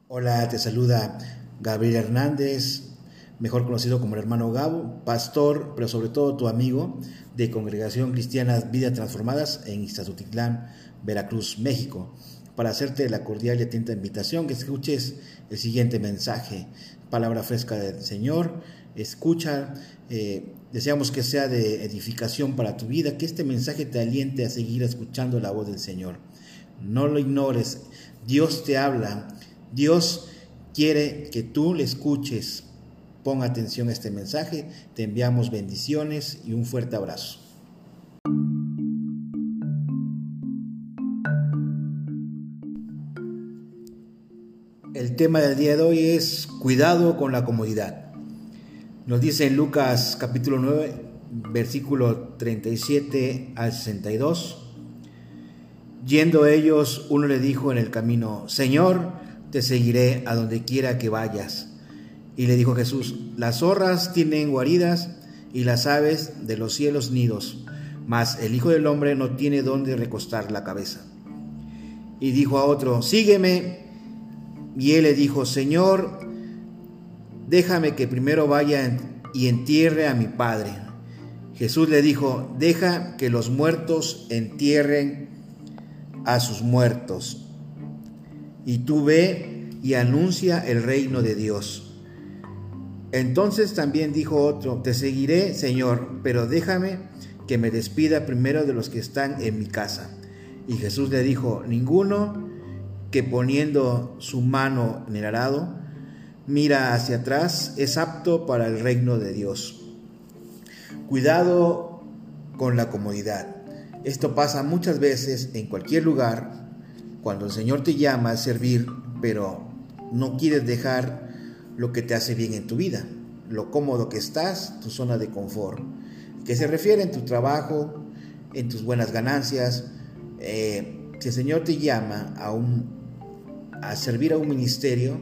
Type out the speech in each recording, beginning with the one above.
Hola, te saluda Gabriel Hernández, mejor conocido como el hermano Gabo, pastor, pero sobre todo tu amigo de Congregación Cristiana Vidas Transformadas en Ixtazutitlán, Veracruz, México, para hacerte la cordial y atenta invitación que escuches el siguiente mensaje, palabra fresca del Señor. Escucha, deseamos que sea de edificación para tu vida, que este mensaje te aliente a seguir escuchando la voz del Señor. No lo ignores, Dios te habla. Dios quiere que tú le escuches. Pon atención a este mensaje. Te enviamos bendiciones y un fuerte abrazo. El tema del día de hoy es cuidado con la comodidad. Nos dice en Lucas capítulo 9, versículo 37 al 62. Yendo ellos, uno le dijo en el camino: Señor, te seguiré a donde quiera que vayas. Y le dijo Jesús: las zorras tienen guaridas y las aves de los cielos nidos, mas el Hijo del Hombre no tiene dónde recostar la cabeza. Y dijo a otro: sígueme. Y él le dijo: Señor, déjame que primero vaya y entierre a mi padre. Jesús le dijo: deja que los muertos entierren a sus muertos, y tú ve y anuncia el reino de Dios. Entonces también dijo otro: te seguiré, Señor, pero déjame que me despida primero de los que están en mi casa. Y Jesús le dijo: ninguno que poniendo su mano en el arado mira hacia atrás es apto para el reino de Dios. Cuidado con la comodidad. Esto pasa muchas veces en cualquier lugar, cuando el Señor te llama a servir, pero no quieres dejar lo que te hace bien en tu vida, lo cómodo que estás, tu zona de confort, que se refiere en tu trabajo, en tus buenas ganancias. Si el Señor te llama a servir a un ministerio,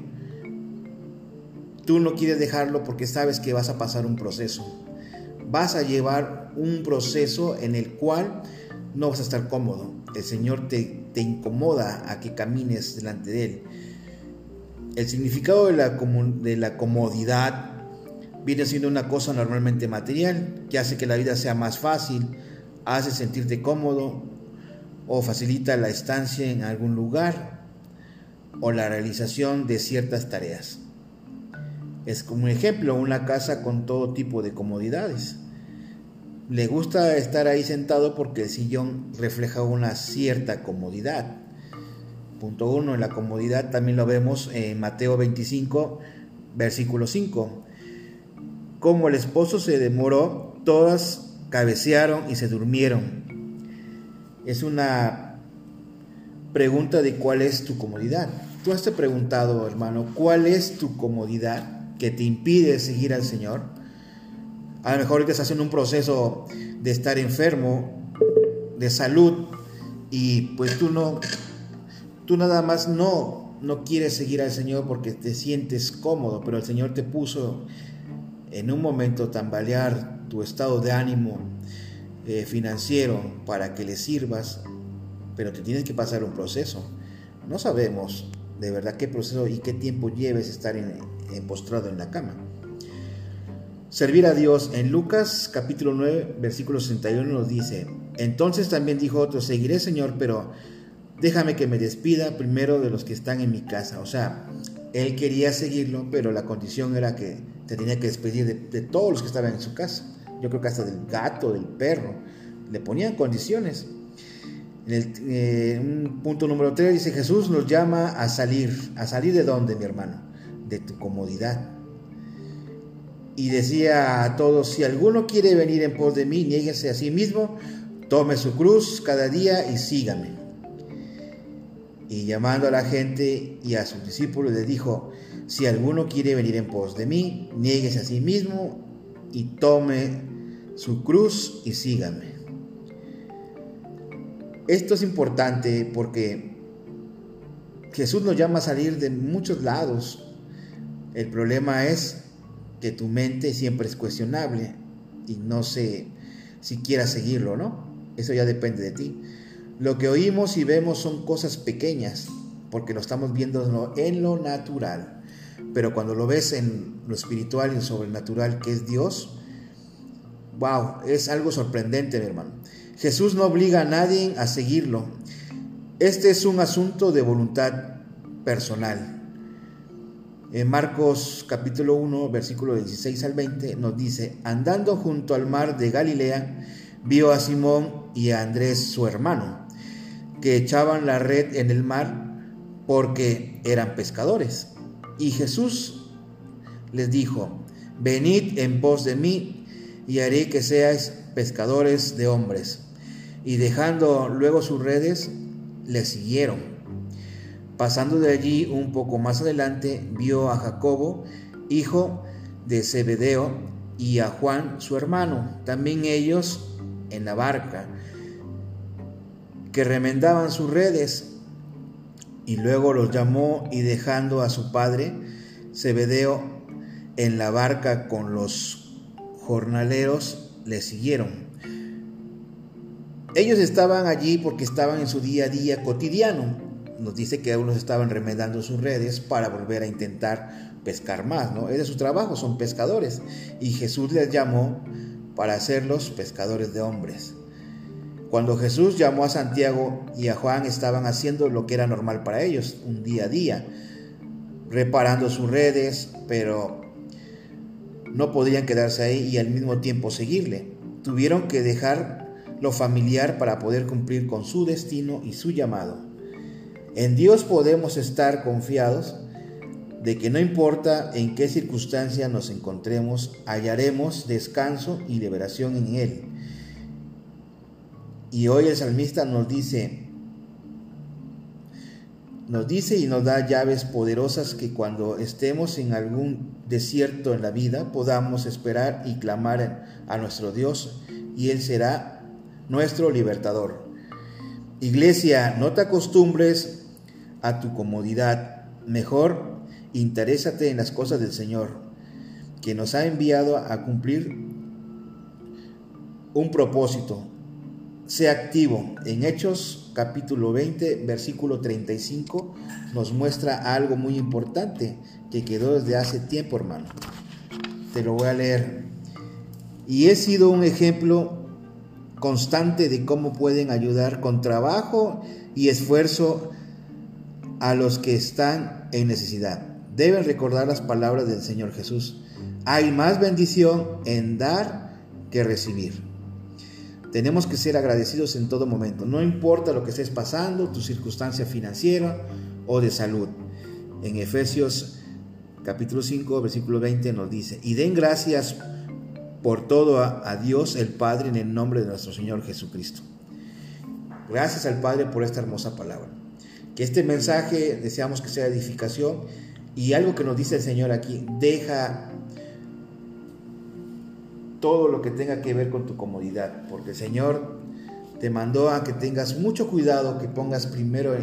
tú no quieres dejarlo porque sabes que vas a pasar un proceso. Vas a llevar un proceso en el cual no vas a estar cómodo. El Señor te incomoda a que camines delante de Él. El significado de la comodidad viene siendo una cosa normalmente material, que hace que la vida sea más fácil, hace sentirte cómodo o facilita la estancia en algún lugar o la realización de ciertas tareas. Es como un ejemplo, una casa con todo tipo de comodidades. Le gusta estar ahí sentado porque el sillón refleja una cierta comodidad. Punto 1, la comodidad también lo vemos en Mateo 25, versículo 5. Como el esposo se demoró, todas cabecearon y se durmieron. Es una pregunta de cuál es tu comodidad. Tú has te preguntado, hermano, ¿cuál es tu comodidad que te impide seguir al Señor? A lo mejor ahorita estás en un proceso de estar enfermo, de salud, y pues tú nada más no quieres seguir al Señor porque te sientes cómodo, pero el Señor te puso en un momento tambalear tu estado de ánimo financiero para que le sirvas, pero te tienes que pasar un proceso. No sabemos de verdad qué proceso y qué tiempo lleves estar postrado en la cama. Servir a Dios. En Lucas capítulo 9, versículo 61 nos dice: entonces también dijo otro: seguiré, Señor, pero déjame que me despida primero de los que están en mi casa. O sea, él quería seguirlo, pero la condición era que se tenía que despedir de todos los que estaban en su casa. Yo creo que hasta del gato, del perro, le ponían condiciones. En punto número 3 dice: Jesús nos llama a salir. ¿A salir de dónde, mi hermano? De tu comodidad. Y decía a todos: si alguno quiere venir en pos de mí, niéguese a sí mismo, tome su cruz cada día y sígame. Y llamando a la gente y a sus discípulos les dijo: si alguno quiere venir en pos de mí, niéguese a sí mismo y tome su cruz y sígame. Esto es importante porque Jesús nos llama a salir de muchos lados. El problema es que tu mente siempre es cuestionable y no sé si quieras seguirlo, ¿no? Eso ya depende de ti. Lo que oímos y vemos son cosas pequeñas, porque lo estamos viendo en lo natural. Pero cuando lo ves en lo espiritual y lo sobrenatural que es Dios, wow, es algo sorprendente, mi hermano. Jesús no obliga a nadie a seguirlo. Este es un asunto de voluntad personal. En Marcos capítulo 1, versículo 16 al 20 nos dice: andando junto al mar de Galilea, vio a Simón y a Andrés su hermano, que echaban la red en el mar porque eran pescadores. Y Jesús les dijo: venid en pos de mí, y haré que seáis pescadores de hombres. Y dejando luego sus redes, le siguieron. Pasando de allí un poco más adelante, vio a Jacobo, hijo de Zebedeo, y a Juan su hermano, también ellos en la barca, que remendaban sus redes. Y luego los llamó, y dejando a su padre Zebedeo en la barca con los jornaleros, le siguieron. Ellos estaban allí porque estaban en su día a día cotidiano. Nos dice que algunos estaban remendando sus redes para volver a intentar pescar más, ¿no? Ese es su trabajo, son pescadores. Y Jesús les llamó para hacerlos pescadores de hombres. Cuando Jesús llamó a Santiago y a Juan, estaban haciendo lo que era normal para ellos, un día a día, reparando sus redes, pero no podían quedarse ahí y al mismo tiempo seguirle. Tuvieron que dejar lo familiar para poder cumplir con su destino y su llamado. En Dios podemos estar confiados de que no importa en qué circunstancia nos encontremos, hallaremos descanso y liberación en Él. Y hoy el salmista nos dice y nos da llaves poderosas que cuando estemos en algún desierto en la vida podamos esperar y clamar a nuestro Dios, y Él será nuestro libertador. Iglesia, no te acostumbres a tu comodidad, mejor interésate en las cosas del Señor, que nos ha enviado a cumplir un propósito. Sea activo. En Hechos capítulo 20, versículo 35 nos muestra algo muy importante que quedó desde hace tiempo, hermano. Te lo voy a leer. Y he sido un ejemplo constante de cómo pueden ayudar con trabajo y esfuerzo a los que están en necesidad. Deben recordar las palabras del Señor Jesús: hay más bendición en dar que recibir. Tenemos que ser agradecidos en todo momento, no importa lo que estés pasando, tu circunstancia financiera o de salud. En Efesios capítulo 5, versículo 20 nos dice: y den gracias por todo a Dios el Padre en el nombre de nuestro Señor Jesucristo. Gracias al Padre por esta hermosa palabra. Que este mensaje deseamos que sea edificación, y algo que nos dice el Señor aquí: deja todo lo que tenga que ver con tu comodidad, porque el Señor te mandó a que tengas mucho cuidado, que pongas primero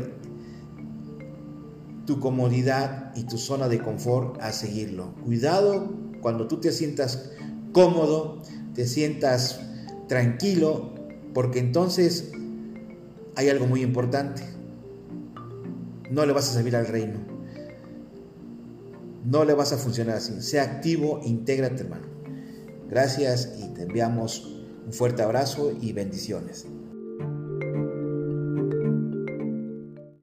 tu comodidad y tu zona de confort a seguirlo. Cuidado cuando tú te sientas cómodo, te sientas tranquilo, porque entonces hay algo muy importante: no le vas a servir al reino, no le vas a funcionar así. Sea activo, intégrate, hermano. Gracias, y te enviamos un fuerte abrazo y bendiciones.